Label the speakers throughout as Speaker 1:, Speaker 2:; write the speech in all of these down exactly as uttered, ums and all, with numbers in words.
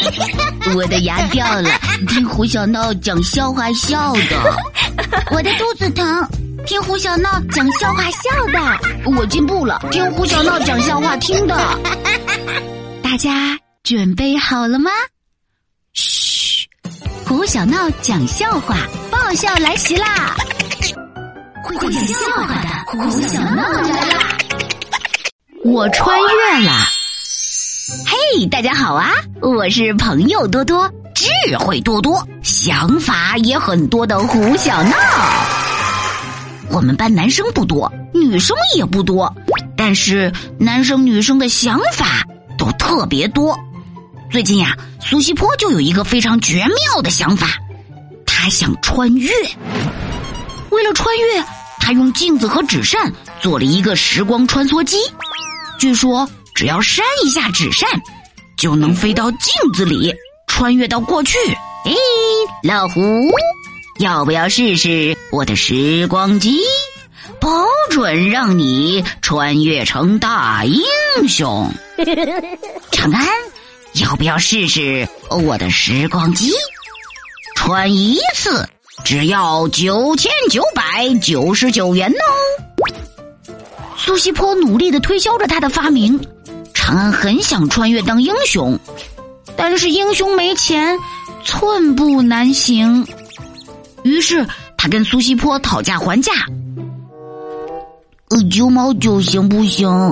Speaker 1: 我的牙掉了，听胡小闹讲笑话笑的。
Speaker 2: 我的肚子疼，听胡小闹讲笑话笑的。
Speaker 1: 我进步了，听胡小闹讲笑话听的。
Speaker 2: 大家准备好了吗？嘘，胡小闹讲笑话，爆笑来袭啦！会讲笑话的胡小闹来啦！
Speaker 1: 我穿越了。
Speaker 2: 嘿，大家好啊！我是朋友多多，智慧多多，想法也很多的胡小闹。我们班男生不多，女生也不多，但是男生女生的想法都特别多。最近呀，苏西坡就有一个非常绝妙的想法，他想穿越。为了穿越，他用镜子和纸扇做了一个时光穿梭机。据说只要扇一下纸扇，就能飞到镜子里，穿越到过去。哎，老胡，要不要试试我的时光机？保准让你穿越成大英雄。长安，要不要试试我的时光机？穿一次只要九千九百九十九元哦。苏西坡努力地推销着他的发明。长安很想穿越当英雄，但是英雄没钱，寸步难行。于是他跟苏西坡讨价还价，呃，九毛九行不行？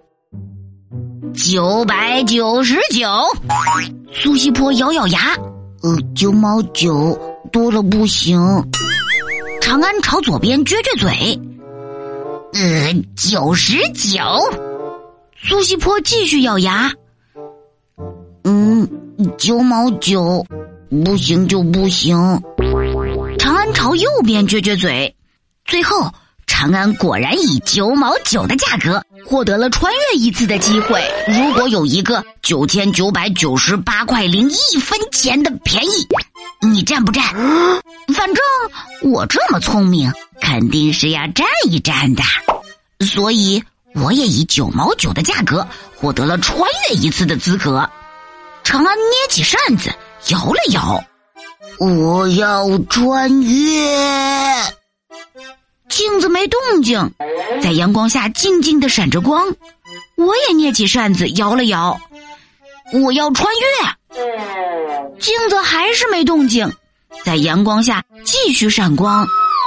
Speaker 2: 九百九十九。苏西坡咬咬牙，呃，九毛九多了不行。长安朝左边撅撅嘴，呃，九十九。苏西坡继续咬牙，嗯，九毛九，不行就不行。长安朝右边撅撅嘴，最后长安果然以九毛九的价格获得了穿越一次的机会。如果有一个九千九百九十八块零一分钱的便宜，你占不占？反正我这么聪明，肯定是要占一占的，所以我也以九毛九的价格获得了穿越一次的资格。长安捏起扇子摇了摇，我要穿越。镜子没动静，在阳光下静静地闪着光。我也捏起扇子摇了摇，我要穿越。镜子还是没动静，在阳光下继续闪光。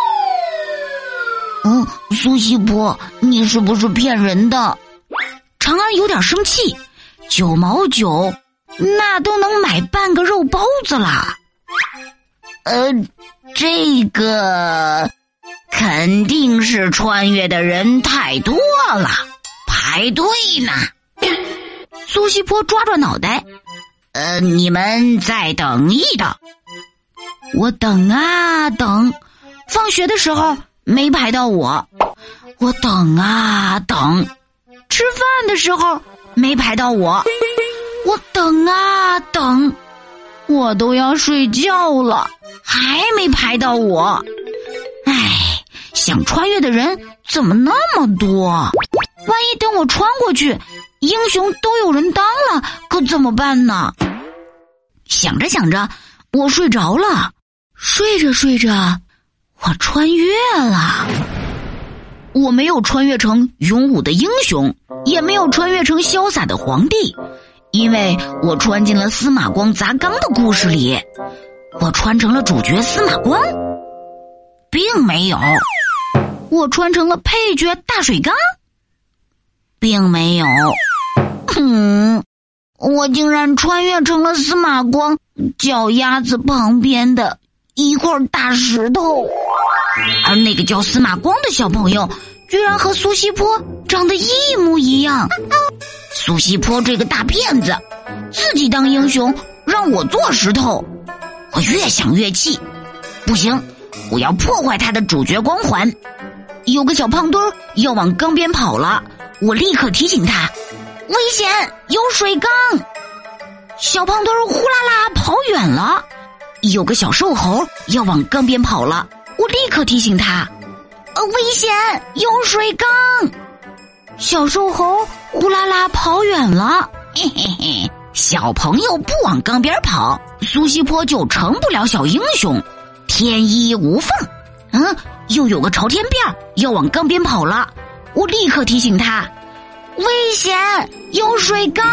Speaker 2: 嗯，苏西坡，你是不是骗人的？长安有点生气，九毛九，那都能买半个肉包子啦。呃，这个肯定是穿越的人太多了，排队呢。苏西坡抓抓脑袋，呃，你们再等一等。我等啊等，放学的时候没排到我，我等啊等，吃饭的时候没排到我，我等啊等，我都要睡觉了，还没排到我。唉，想穿越的人怎么那么多？万一等我穿过去，英雄都有人当了，可怎么办呢？想着想着，我睡着了，睡着睡着，我穿越了。我没有穿越成勇武的英雄，也没有穿越成潇洒的皇帝，因为我穿进了司马光砸缸的故事里。我穿成了主角司马光，并没有。我穿成了配角大水缸，并没有。嗯，我竟然穿越成了司马光脚丫子旁边的一块大石头，而那个叫司马光的小朋友居然和苏西坡长得一模一样。苏西坡这个大骗子，自己当英雄，让我做石头。我越想越气，不行，我要破坏他的主角光环。有个小胖墩儿要往缸边跑了，我立刻提醒他，危险，有水缸。小胖墩儿呼啦啦跑远了。有个小瘦猴要往缸边跑了，我立刻提醒他，呃，危险，有水缸。小瘦猴呼啦啦跑远了。嘿嘿嘿， 小朋友不往缸边跑，苏西坡就成不了小英雄，天衣无缝。嗯，又有个朝天辫要往缸边跑了，我立刻提醒他，危险，有水缸。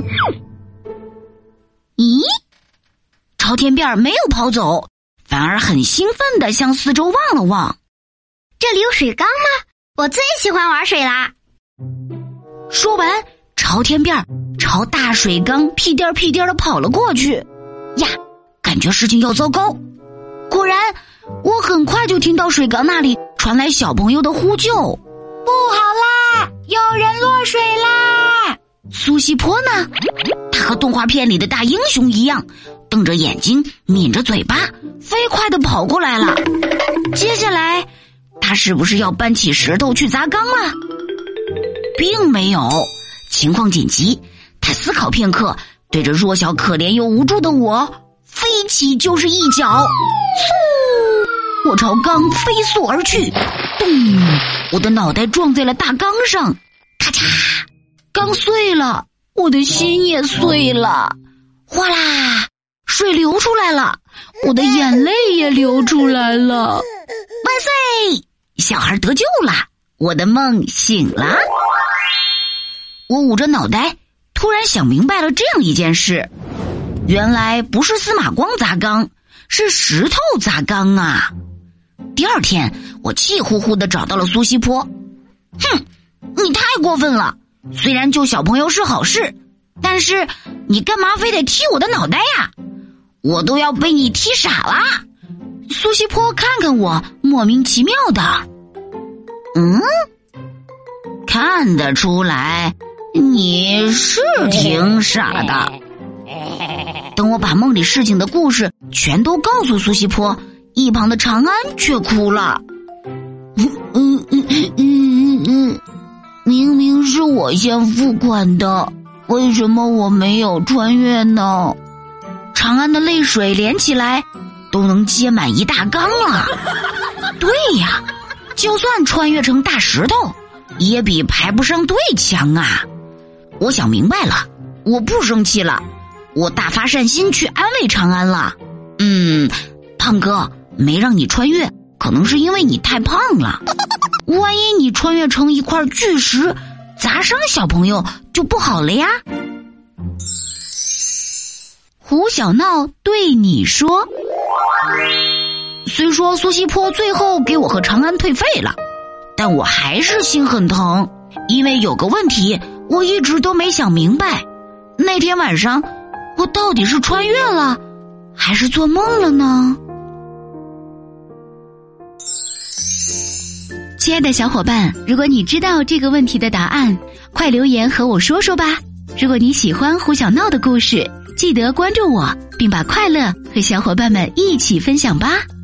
Speaker 2: 咦，朝天辫没有跑走，反而很兴奋地向四周望了望。
Speaker 3: 这里有水缸吗？我最喜欢玩水啦。
Speaker 2: 说完，朝天辫朝大水缸屁颠儿屁颠儿地跑了过去。呀，感觉事情要糟糕。果然，我很快就听到水缸那里传来小朋友的呼救。不好啦，有人落水啦！苏西坡呢？他和动画片里的大英雄一样，瞪着眼睛，抿着嘴巴，飞快地跑过来了。接下来，他是不是要搬起石头去砸缸了？并没有，情况紧急。他思考片刻，对着弱小可怜又无助的我，飞起就是一脚，嗖！我朝缸飞速而去，咚！我的脑袋撞在了大缸上，咔嚓！缸碎了，我的心也碎了，哗啦！水流出来了，我的眼泪也流出来了。万岁！小孩得救了，我的梦醒了。我捂着脑袋，突然想明白了这样一件事，原来不是司马光砸缸，是石头砸缸啊。第二天，我气呼呼地找到了苏西坡。哼，你太过分了，虽然救小朋友是好事，但是你干嘛非得踢我的脑袋呀？我都要被你踢傻了。苏西坡看看我，莫名其妙的。嗯，看得出来你是挺傻的。等我把梦里事情的故事全都告诉苏西坡，一旁的长安却哭了。嗯嗯嗯嗯嗯，明明是我先付款的，为什么我没有穿越呢？长安的泪水连起来都能接满一大缸了。对呀，就算穿越成大石头，也比排不上队强啊！我想明白了，我不生气了，我大发善心去安慰长安了。嗯，胖哥，没让你穿越，可能是因为你太胖了。万一你穿越成一块巨石，砸伤小朋友就不好了呀。胡小闹对你说，虽说苏西坡最后给我和长安退费了，但我还是心很疼，因为有个问题我一直都没想明白，那天晚上我到底是穿越了还是做梦了呢？
Speaker 4: 亲爱的小伙伴，如果你知道这个问题的答案，快留言和我说说吧。如果你喜欢胡小闹的故事，记得关注我，并把快乐和小伙伴们一起分享吧。